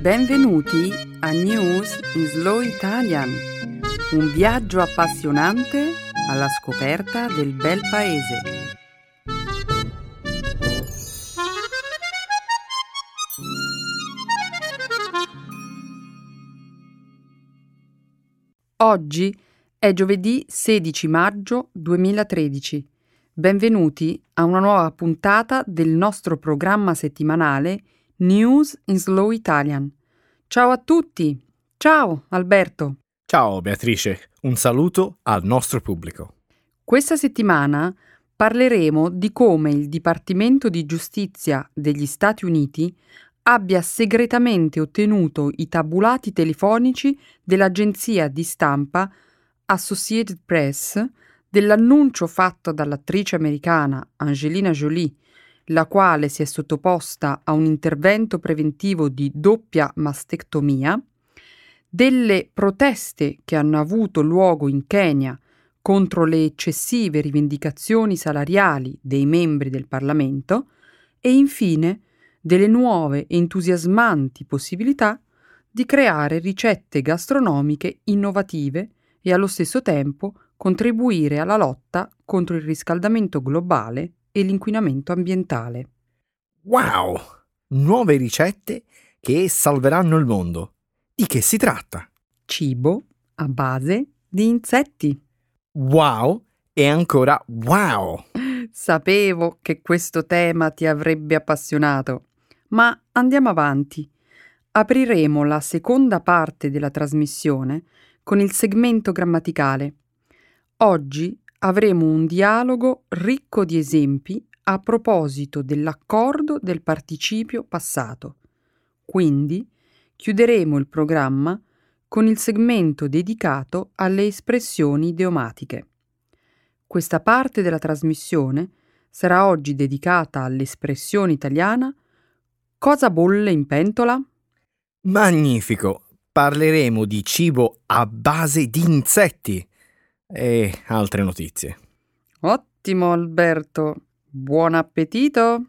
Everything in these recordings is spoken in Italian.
Benvenuti a News in Slow Italian, un viaggio appassionante alla scoperta del bel paese. Oggi è giovedì 16 maggio 2013. Benvenuti a una nuova puntata del nostro programma settimanale News in Slow Italian. Ciao a tutti! Ciao Alberto! Ciao Beatrice, un saluto al nostro pubblico. Questa settimana parleremo di come il Dipartimento di Giustizia degli Stati Uniti abbia segretamente ottenuto i tabulati telefonici dell'agenzia di stampa Associated Press dell'annuncio fatto dall'attrice americana Angelina Jolie, la quale si è sottoposta a un intervento preventivo di doppia mastectomia, delle proteste che hanno avuto luogo in Kenya contro le eccessive rivendicazioni salariali dei membri del Parlamento e infine delle nuove entusiasmanti possibilità di creare ricette gastronomiche innovative e allo stesso tempo contribuire alla lotta contro il riscaldamento globale e l'inquinamento ambientale. Wow! Nuove ricette che salveranno il mondo. Di che si tratta? Cibo a base di insetti. Wow e ancora wow! Sapevo che questo tema ti avrebbe appassionato, ma andiamo avanti. Apriremo la seconda parte della trasmissione con il segmento grammaticale. Oggi avremo un dialogo ricco di esempi a proposito dell'accordo del participio passato. Quindi chiuderemo il programma con il segmento dedicato alle espressioni idiomatiche. Questa parte della trasmissione sarà oggi dedicata all'espressione italiana "Cosa bolle in pentola?". Magnifico! Parleremo di cibo a base di insetti e altre notizie. Ottimo Alberto, buon appetito!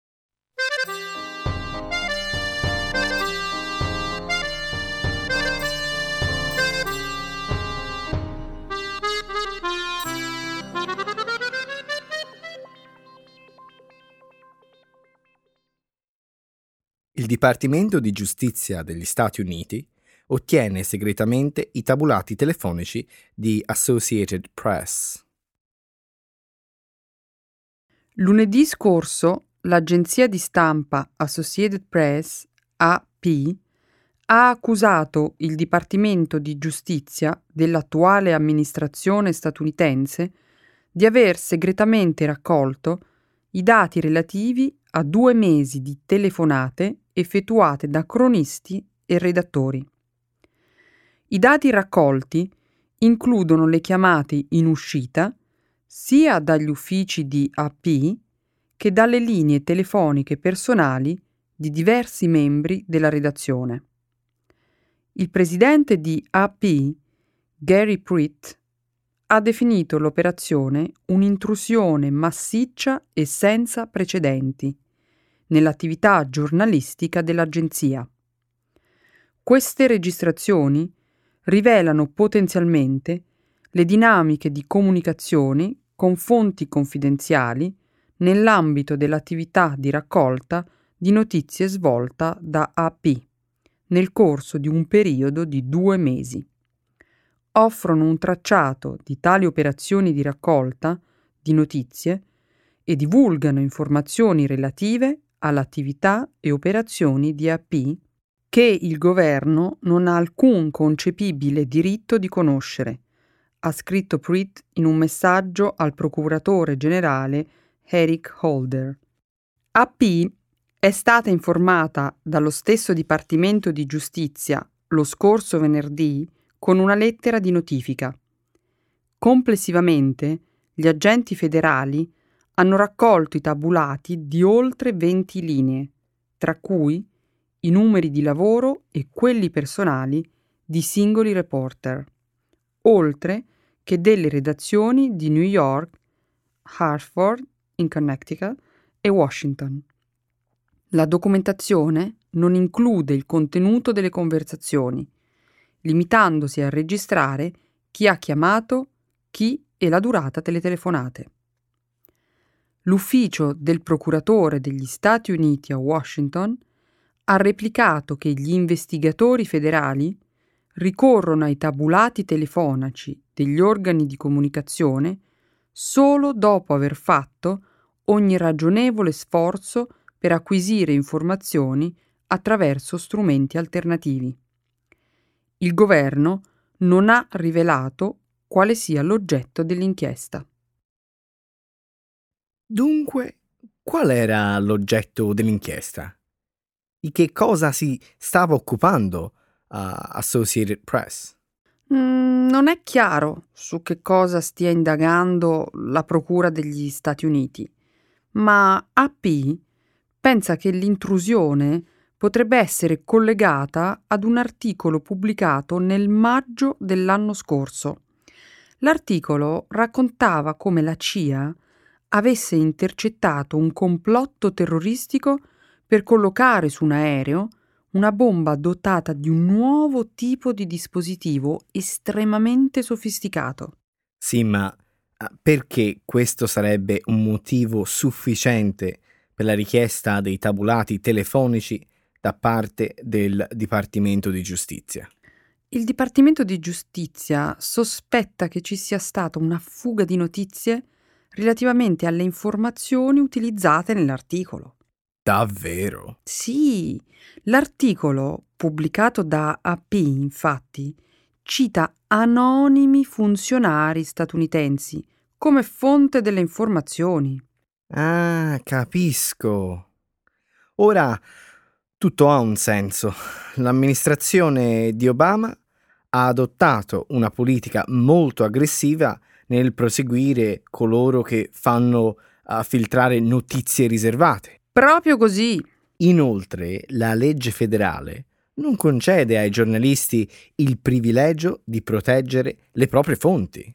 Il Dipartimento di Giustizia degli Stati Uniti ottiene segretamente i tabulati telefonici di Associated Press. Lunedì scorso l'agenzia di stampa Associated Press, AP, ha accusato il Dipartimento di Giustizia dell'attuale amministrazione statunitense di aver segretamente raccolto i dati relativi a 2 mesi di telefonate effettuate da cronisti e redattori. I dati raccolti includono le chiamate in uscita sia dagli uffici di AP che dalle linee telefoniche personali di diversi membri della redazione. Il presidente di AP, Gary Pruitt, ha definito l'operazione un'intrusione massiccia e senza precedenti nell'attività giornalistica dell'agenzia. Queste registrazioni rivelano potenzialmente le dinamiche di comunicazione con fonti confidenziali nell'ambito dell'attività di raccolta di notizie svolta da AP nel corso di un periodo di 2 mesi. Offrono un tracciato di tali operazioni di raccolta di notizie e divulgano informazioni relative all'attività e operazioni di AP che il governo non ha alcun concepibile diritto di conoscere, ha scritto Pruitt in un messaggio al procuratore generale Eric Holder. AP è stata informata dallo stesso Dipartimento di Giustizia lo scorso venerdì con una lettera di notifica. Complessivamente, gli agenti federali hanno raccolto i tabulati di oltre 20 linee, tra cui i numeri di lavoro e quelli personali di singoli reporter, oltre che delle redazioni di New York, Hartford, in Connecticut, e Washington. La documentazione non include il contenuto delle conversazioni, limitandosi a registrare chi ha chiamato, chi e la durata delle telefonate. L'ufficio del procuratore degli Stati Uniti a Washington ha replicato che gli investigatori federali ricorrono ai tabulati telefonici degli organi di comunicazione solo dopo aver fatto ogni ragionevole sforzo per acquisire informazioni attraverso strumenti alternativi. Il governo non ha rivelato quale sia l'oggetto dell'inchiesta. Dunque, qual era l'oggetto dell'inchiesta? Di che cosa si stava occupando Associated Press? Non è chiaro su che cosa stia indagando la Procura degli Stati Uniti, ma AP pensa che l'intrusione potrebbe essere collegata ad un articolo pubblicato nel maggio dell'anno scorso. L'articolo raccontava come la CIA avesse intercettato un complotto terroristico per collocare su un aereo una bomba dotata di un nuovo tipo di dispositivo estremamente sofisticato. Sì, ma perché questo sarebbe un motivo sufficiente per la richiesta dei tabulati telefonici da parte del Dipartimento di Giustizia? Il Dipartimento di Giustizia sospetta che ci sia stata una fuga di notizie relativamente alle informazioni utilizzate nell'articolo. Davvero? Sì, l'articolo pubblicato da AP, infatti, cita anonimi funzionari statunitensi come fonte delle informazioni. Ah, capisco. Ora tutto ha un senso. L'amministrazione di Obama ha adottato una politica molto aggressiva nel proseguire coloro che fanno filtrare notizie riservate. Proprio così. Inoltre, la legge federale non concede ai giornalisti il privilegio di proteggere le proprie fonti.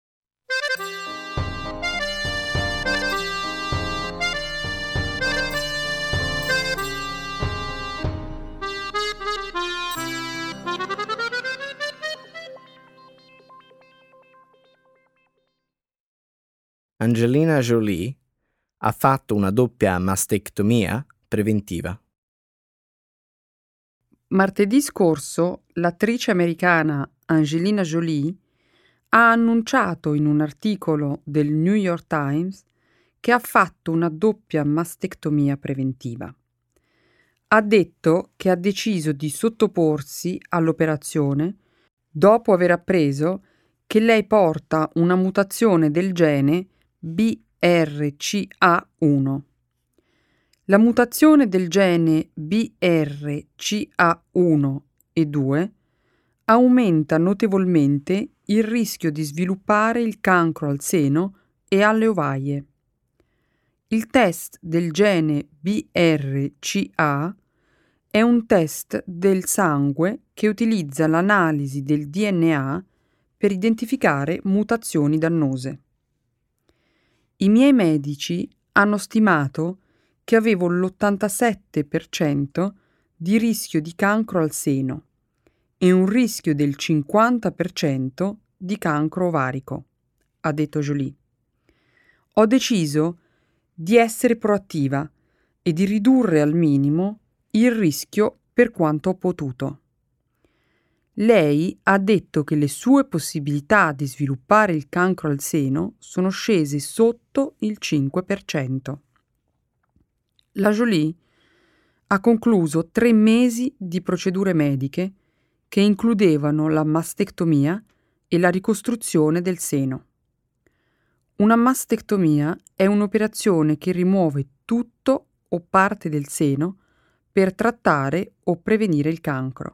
Angelina Jolie ha fatto una doppia mastectomia preventiva. Martedì scorso l'attrice americana Angelina Jolie ha annunciato in un articolo del New York Times che ha fatto una doppia mastectomia preventiva. Ha detto che ha deciso di sottoporsi all'operazione dopo aver appreso che lei porta una mutazione del gene BRCA1. La mutazione del gene BRCA1 e 2 aumenta notevolmente il rischio di sviluppare il cancro al seno e alle ovaie. Il test del gene BRCA è un test del sangue che utilizza l'analisi del DNA per identificare mutazioni dannose. I miei medici hanno stimato che avevo l'87% di rischio di cancro al seno e un rischio del 50% di cancro ovarico, ha detto Jolie. Ho deciso di essere proattiva e di ridurre al minimo il rischio per quanto ho potuto. Lei ha detto che le sue possibilità di sviluppare il cancro al seno sono scese sotto il 5%. La Jolie ha concluso 3 mesi di procedure mediche che includevano la mastectomia e la ricostruzione del seno. Una mastectomia è un'operazione che rimuove tutto o parte del seno per trattare o prevenire il cancro.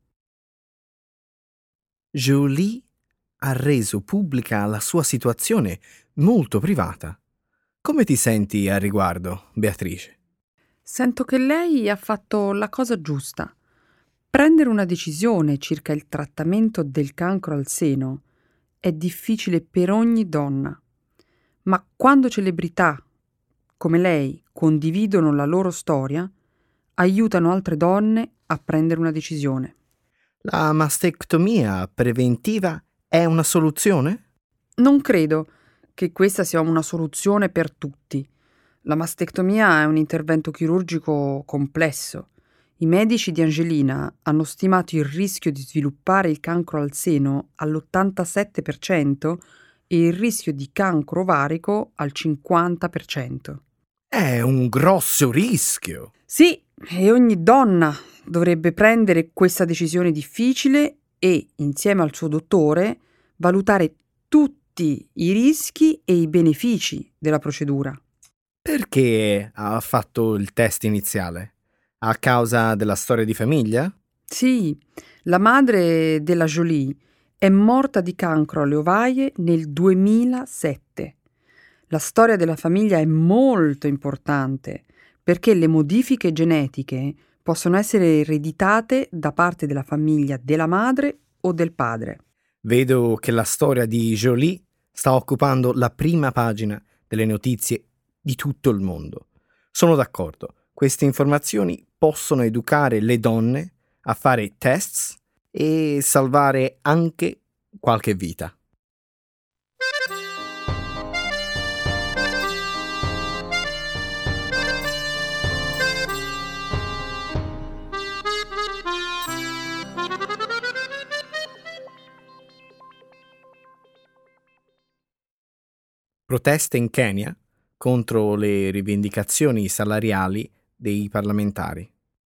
Jolie ha reso pubblica la sua situazione molto privata. Come ti senti a riguardo, Beatrice? Sento che lei ha fatto la cosa giusta. Prendere una decisione circa il trattamento del cancro al seno è difficile per ogni donna, ma quando celebrità come lei condividono la loro storia, aiutano altre donne a prendere una decisione. La mastectomia preventiva è una soluzione? Non credo che questa sia una soluzione per tutti. La mastectomia è un intervento chirurgico complesso. I medici di Angelina hanno stimato il rischio di sviluppare il cancro al seno all'87% e il rischio di cancro ovarico al 50%. È un grosso rischio. Sì, e ogni donna dovrebbe prendere questa decisione difficile e, insieme al suo dottore, valutare tutti i rischi e i benefici della procedura. Perché ha fatto il test iniziale? A causa della storia di famiglia? Sì, la madre della Jolie è morta di cancro alle ovaie nel 2007. La storia della famiglia è molto importante perché le modifiche genetiche possono essere ereditate da parte della famiglia della madre o del padre. Vedo che la storia di Jolie sta occupando la prima pagina delle notizie di tutto il mondo. Sono d'accordo, queste informazioni possono educare le donne a fare tests e salvare anche qualche vita. Proteste in Kenya contro le rivendicazioni salariali dei parlamentari.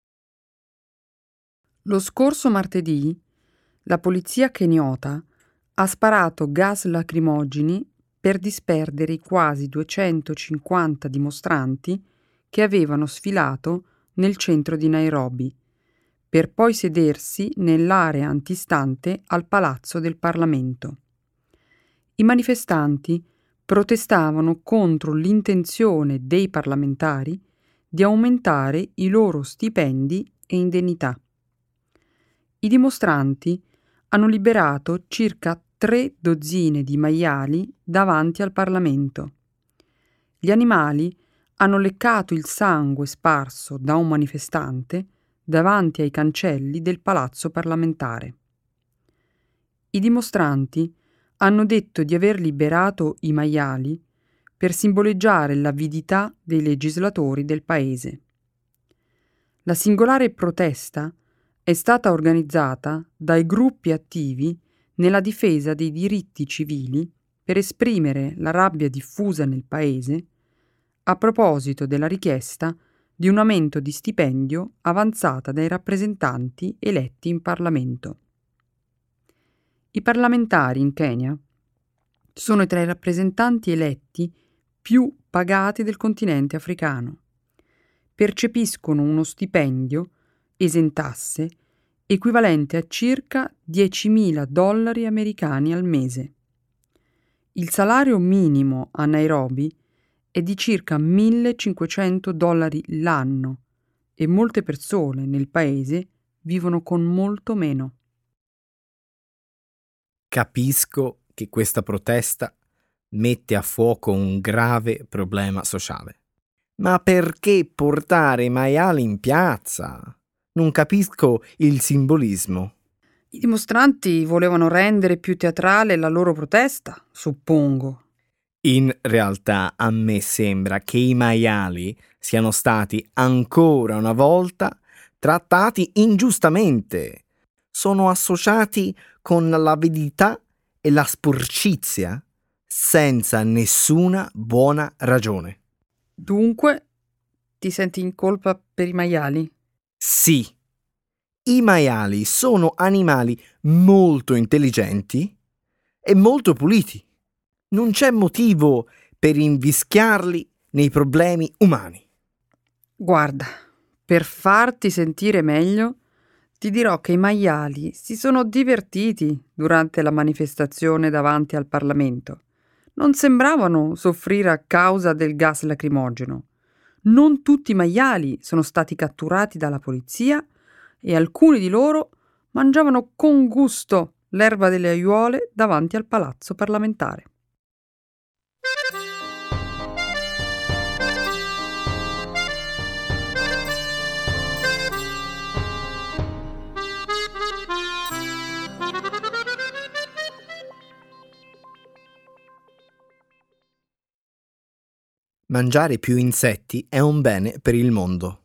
Lo scorso martedì la polizia keniota ha sparato gas lacrimogeni per disperdere i quasi 250 dimostranti che avevano sfilato nel centro di Nairobi, per poi sedersi nell'area antistante al palazzo del Parlamento. I manifestanti protestavano contro l'intenzione dei parlamentari di aumentare i loro stipendi e indennità. I dimostranti hanno liberato circa 3 dozzine di maiali davanti al Parlamento. Gli animali hanno leccato il sangue sparso da un manifestante davanti ai cancelli del palazzo parlamentare. I dimostranti hanno detto di aver liberato i maiali per simboleggiare l'avidità dei legislatori del paese. La singolare protesta è stata organizzata dai gruppi attivi nella difesa dei diritti civili per esprimere la rabbia diffusa nel paese a proposito della richiesta di un aumento di stipendio avanzata dai rappresentanti eletti in Parlamento. I parlamentari in Kenya sono tra i rappresentanti eletti più pagati del continente africano. Percepiscono uno stipendio esentasse equivalente a circa $10.000 americani al mese. Il salario minimo a Nairobi è di circa $1.500 l'anno e molte persone nel paese vivono con molto meno. Capisco che questa protesta mette a fuoco un grave problema sociale. Ma perché portare i maiali in piazza? Non capisco il simbolismo. I dimostranti volevano rendere più teatrale la loro protesta, suppongo. In realtà a me sembra che i maiali siano stati ancora una volta trattati ingiustamente. Sono associati con l'avidità e la sporcizia senza nessuna buona ragione. Dunque, ti senti in colpa per i maiali? Sì, i maiali sono animali molto intelligenti e molto puliti. Non c'è motivo per invischiarli nei problemi umani. Guarda, per farti sentire meglio, ti dirò che i maiali si sono divertiti durante la manifestazione davanti al Parlamento. Non sembravano soffrire a causa del gas lacrimogeno. Non tutti i maiali sono stati catturati dalla polizia e alcuni di loro mangiavano con gusto l'erba delle aiuole davanti al palazzo parlamentare. Mangiare più insetti è un bene per il mondo.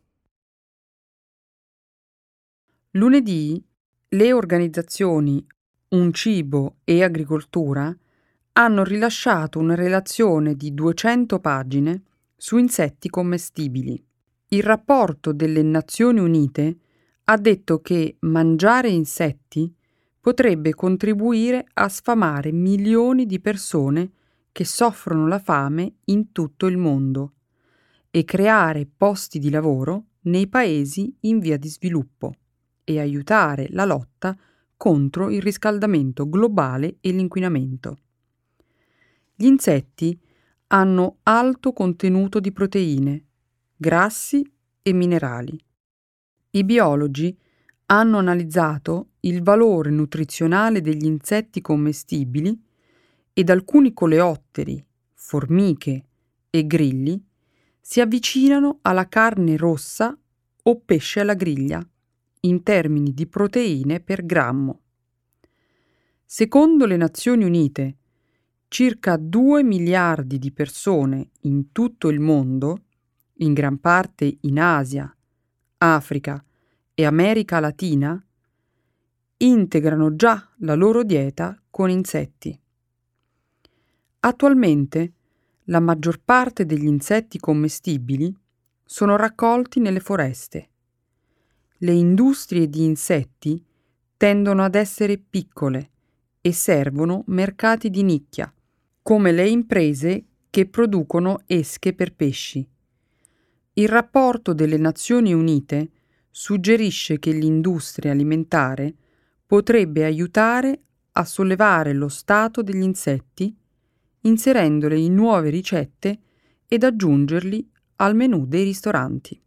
Lunedì le organizzazioni Un Cibo e Agricoltura hanno rilasciato una relazione di 200 pagine su insetti commestibili. Il rapporto delle Nazioni Unite ha detto che mangiare insetti potrebbe contribuire a sfamare milioni di persone che soffrono la fame in tutto il mondo e creare posti di lavoro nei paesi in via di sviluppo e aiutare la lotta contro il riscaldamento globale e l'inquinamento. Gli insetti hanno alto contenuto di proteine, grassi e minerali. I biologi hanno analizzato il valore nutrizionale degli insetti commestibili ed alcuni coleotteri, formiche e grilli si avvicinano alla carne rossa o pesce alla griglia in termini di proteine per grammo. Secondo le Nazioni Unite, circa 2 miliardi di persone in tutto il mondo, in gran parte in Asia, Africa e America Latina, integrano già la loro dieta con insetti. Attualmente, la maggior parte degli insetti commestibili sono raccolti nelle foreste. Le industrie di insetti tendono ad essere piccole e servono mercati di nicchia, come le imprese che producono esche per pesci. Il rapporto delle Nazioni Unite suggerisce che l'industria alimentare potrebbe aiutare a sollevare lo stato degli insetti inserendoli in nuove ricette ed aggiungerli al menù dei ristoranti.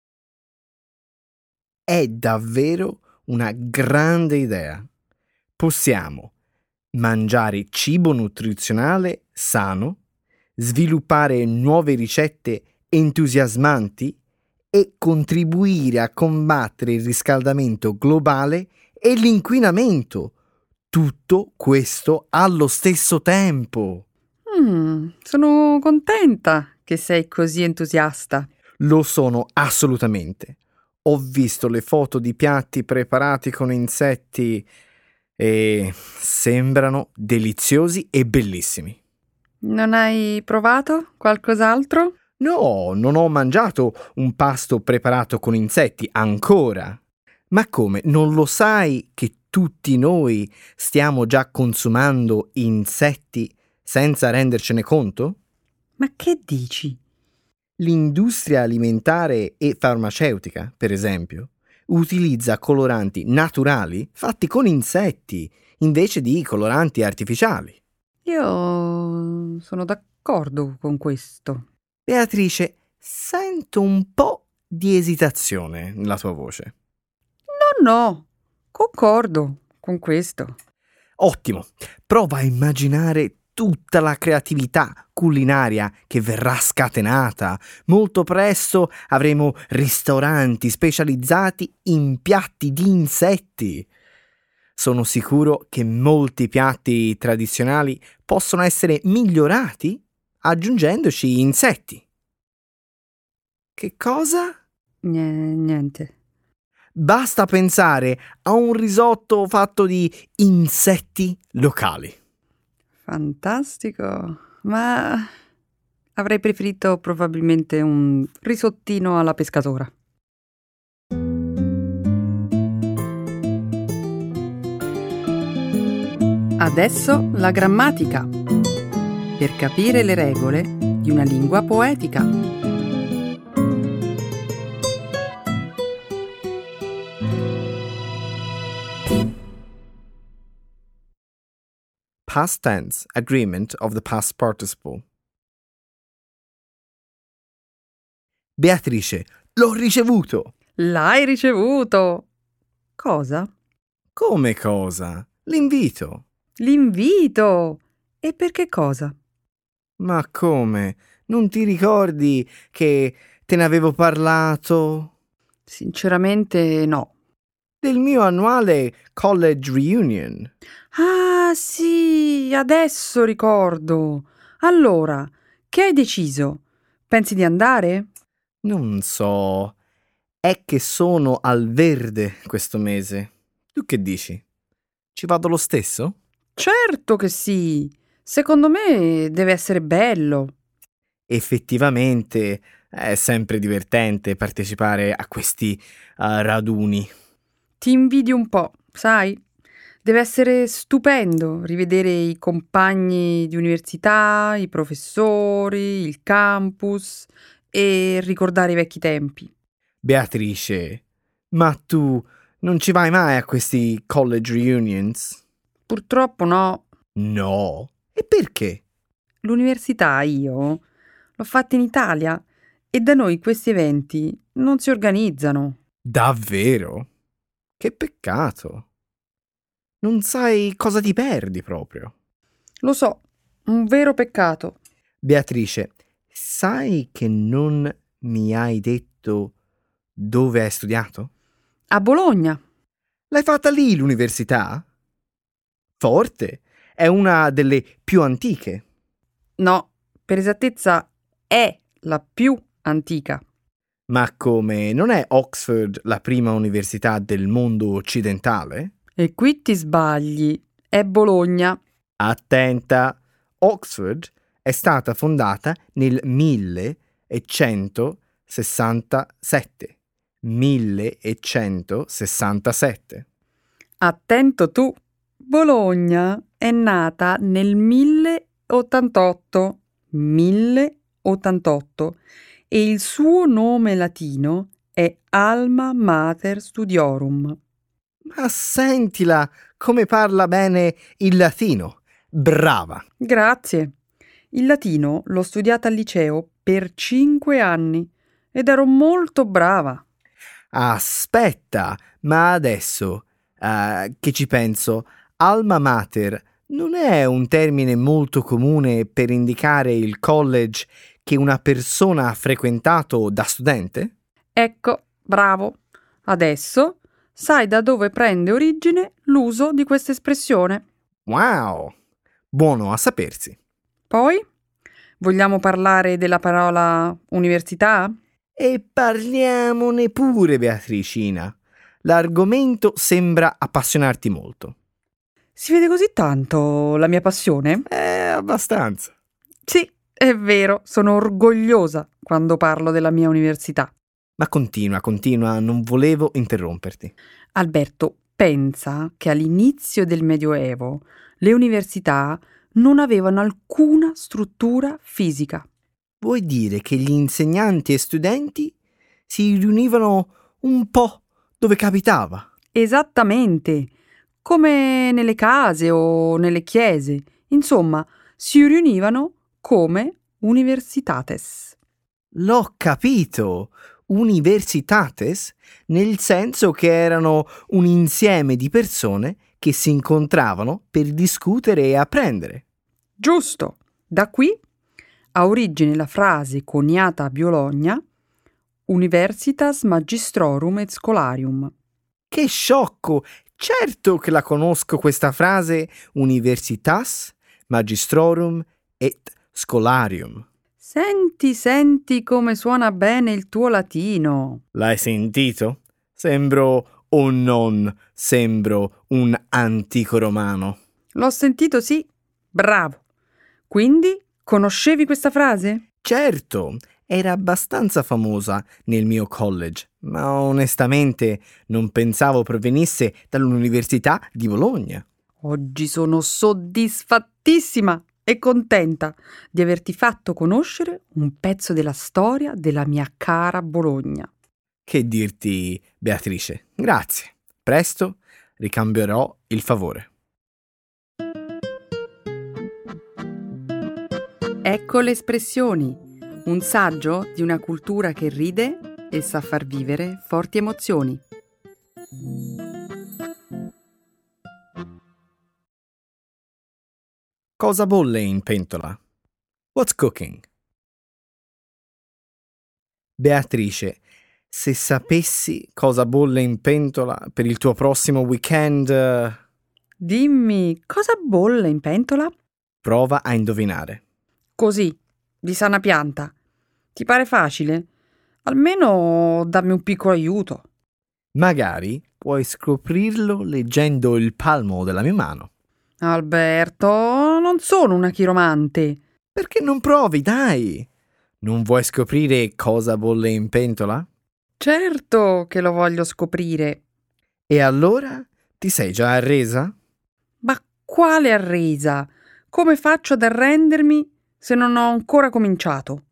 È davvero una grande idea. Possiamo mangiare cibo nutrizionale sano, sviluppare nuove ricette entusiasmanti e contribuire a combattere il riscaldamento globale e l'inquinamento. Tutto questo allo stesso tempo. Sono contenta che sei così entusiasta. Lo sono assolutamente. Ho visto le foto di piatti preparati con insetti e sembrano deliziosi e bellissimi. Non hai provato qualcos'altro? No, non ho mangiato un pasto preparato con insetti ancora. Ma come, non lo sai che tutti noi stiamo già consumando insetti senza rendercene conto? Ma che dici? L'industria alimentare e farmaceutica, per esempio, utilizza coloranti naturali fatti con insetti invece di coloranti artificiali. Io sono d'accordo con questo. Beatrice, sento un po' di esitazione nella tua voce. No, concordo con questo. Ottimo, prova a immaginare tutta la creatività culinaria che verrà scatenata. Molto presto avremo ristoranti specializzati in piatti di insetti. Sono sicuro che molti piatti tradizionali possono essere migliorati aggiungendoci insetti. Che cosa? Niente. Basta pensare a un risotto fatto di insetti locali. Fantastico, ma avrei preferito probabilmente un risottino alla pescatora. Adesso la grammatica, per capire le regole di una lingua poetica. Past tense agreement of the past participle. Beatrice, l'ho ricevuto! L'hai ricevuto! Cosa? Come cosa? L'invito. L'invito! E per che cosa? Ma come? Non ti ricordi che te ne avevo parlato? Sinceramente no. Del mio annuale college reunion. Ah, sì, adesso ricordo. Allora, che hai deciso? Pensi di andare? Non so. È che sono al verde questo mese. Tu che dici? Ci vado lo stesso? Certo che sì. Secondo me deve essere bello. Effettivamente è sempre divertente partecipare a questi raduni. Ti invidio un po', sai? Deve essere stupendo rivedere i compagni di università, i professori, il campus e ricordare i vecchi tempi. Beatrice, ma tu non ci vai mai a questi college reunions? Purtroppo no. No. E perché? L'università io l'ho fatta in Italia e da noi questi eventi non si organizzano. Davvero? Che peccato. Non sai cosa ti perdi proprio. Lo so, un vero peccato. Beatrice, sai che non mi hai detto dove hai studiato? A Bologna. L'hai fatta lì l'università? Forte. È una delle più antiche. No, per esattezza è la più antica. Ma come, non è Oxford la prima università del mondo occidentale? E qui ti sbagli. È Bologna. Attenta, Oxford è stata fondata nel 1167. 1167. Attento tu. Bologna è nata nel 1088. 1088. E il suo nome latino è Alma Mater Studiorum. Ma sentila come parla bene il latino. Brava. Grazie. Il latino l'ho studiata al liceo per 5 anni ed ero molto brava. Aspetta, ma adesso che ci penso, alma mater non è un termine molto comune per indicare il college che una persona ha frequentato da studente? Ecco, bravo. Adesso sai da dove prende origine l'uso di questa espressione. Wow, buono a sapersi. Poi, vogliamo parlare della parola università? E parliamone pure, Beatricina. L'argomento sembra appassionarti molto. Si vede così tanto la mia passione? Abbastanza. Sì, è vero, sono orgogliosa quando parlo della mia università. Ma continua, non volevo interromperti. Alberto, pensa che all'inizio del Medioevo le università non avevano alcuna struttura fisica. Vuoi dire che gli insegnanti e studenti si riunivano un po' dove capitava? Esattamente, come nelle case o nelle chiese. Insomma, si riunivano come universitates. L'ho capito! Universitates, nel senso che erano un insieme di persone che si incontravano per discutere e apprendere. Giusto. Da qui ha origine la frase coniata a Bologna Universitas Magistrorum et Scholarium. Che sciocco! Certo che la conosco questa frase Universitas Magistrorum et Scholarium. Senti come suona bene il tuo latino. L'hai sentito? Sembro o non sembro un antico romano. L'ho sentito, sì. Bravo. Quindi, conoscevi questa frase? Certo, era abbastanza famosa nel mio college, ma onestamente non pensavo provenisse dall'Università di Bologna. Oggi sono soddisfattissima e contenta di averti fatto conoscere un pezzo della storia della mia cara Bologna. Che dirti, Beatrice? Grazie. Presto ricambierò il favore. Ecco le espressioni, un saggio di una cultura che ride e sa far vivere forti emozioni. Cosa bolle in pentola? What's cooking? Beatrice, se sapessi cosa bolle in pentola per il tuo prossimo weekend, Dimmi, cosa bolle in pentola? prova a indovinare. Così, di sana pianta. Ti pare facile? Almeno dammi un piccolo aiuto. Magari puoi scoprirlo leggendo il palmo della mia mano. Alberto, non sono una chiromante. Perché non provi, dai? Non vuoi scoprire cosa bolle in pentola? Certo che lo voglio scoprire. E allora ti sei già arresa? Ma quale arresa? Come faccio ad arrendermi se non ho ancora cominciato?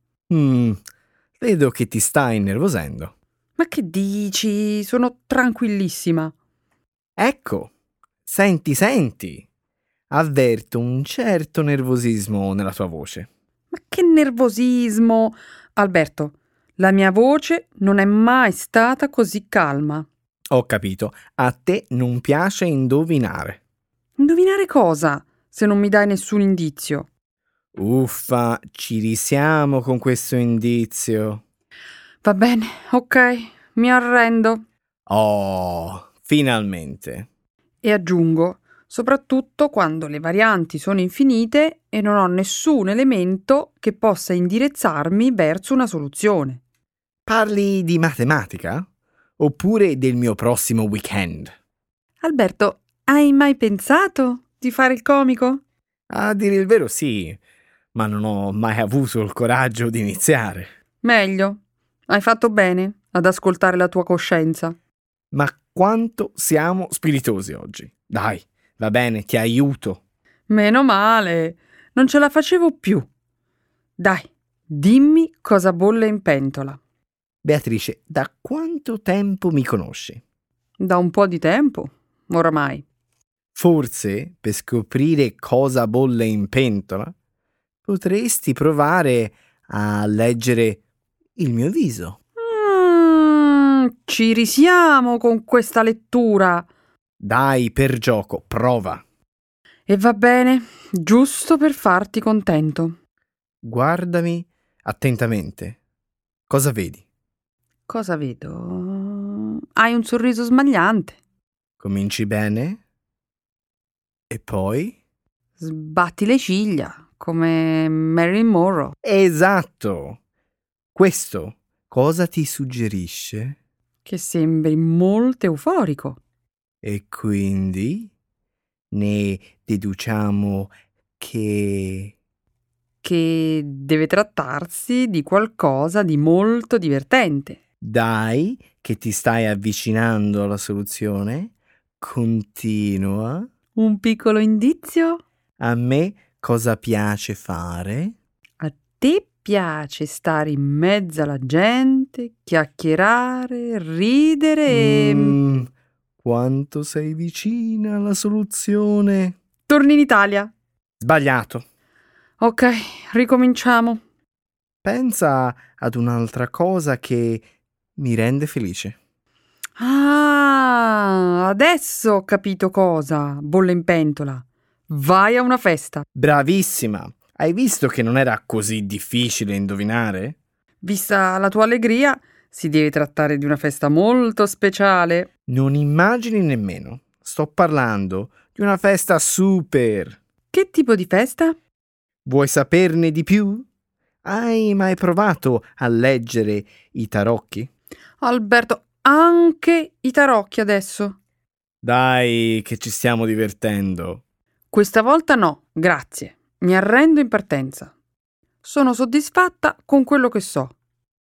Vedo che ti stai innervosendo. Ma che dici? Sono tranquillissima. Ecco, senti. Avverto un certo nervosismo nella tua voce. Ma che nervosismo! Alberto, la mia voce non è mai stata così calma. Ho capito, a te non piace indovinare. Indovinare cosa, se non mi dai nessun indizio? Uffa, ci risiamo con questo indizio. Va bene, ok, mi arrendo. Oh, finalmente. E aggiungo, soprattutto quando le varianti sono infinite e non ho nessun elemento che possa indirizzarmi verso una soluzione. Parli di matematica? Oppure del mio prossimo weekend? Alberto, hai mai pensato di fare il comico? A dire il vero sì, ma non ho mai avuto il coraggio di iniziare. Meglio. Hai fatto bene ad ascoltare la tua coscienza. Ma quanto siamo spiritosi oggi. Dai, va bene, ti aiuto. Meno male, non ce la facevo più. Dai, dimmi cosa bolle in pentola. Beatrice, da quanto tempo mi conosci? Da un po' di tempo, oramai. Forse, per scoprire cosa bolle in pentola, potresti provare a leggere il mio viso. Ci risiamo con questa lettura. Dai, per gioco, prova. E va bene, giusto per farti contento. Guardami attentamente. Cosa vedi? Cosa vedo? Hai un sorriso smagliante. Cominci bene? E poi? Sbatti le ciglia, come Marilyn Monroe. Esatto! Questo cosa ti suggerisce? Che sembri molto euforico. E quindi ne deduciamo che Deve trattarsi di qualcosa di molto divertente. dai che ti stai avvicinando alla soluzione, continua. Un piccolo indizio? A me cosa piace fare? A te piace stare in mezzo alla gente, chiacchierare, ridere e... Quanto sei vicina alla soluzione? Torni in Italia. Sbagliato. Ok, ricominciamo. Pensa ad un'altra cosa che mi rende felice. Ah, adesso ho capito cosa. Bolle in pentola. Vai a una festa. Bravissima! Hai visto che non era così difficile indovinare? Vista la tua allegria, si deve trattare di una festa molto speciale. Non immagini nemmeno. Sto parlando di una festa super. Che tipo di festa? Vuoi saperne di più? Hai mai provato a leggere i tarocchi? Alberto, anche i tarocchi adesso. Dai, che ci stiamo divertendo. Questa volta no, grazie. Mi arrendo in partenza. Sono soddisfatta con quello che so.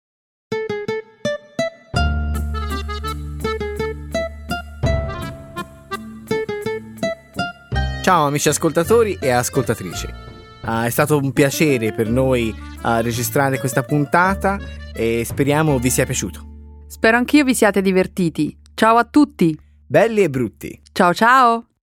Ciao amici ascoltatori e ascoltatrici. È stato un piacere per noi registrare questa puntata e speriamo vi sia piaciuto. Spero anch'io vi siate divertiti. Ciao a tutti. Belli e brutti. Ciao ciao.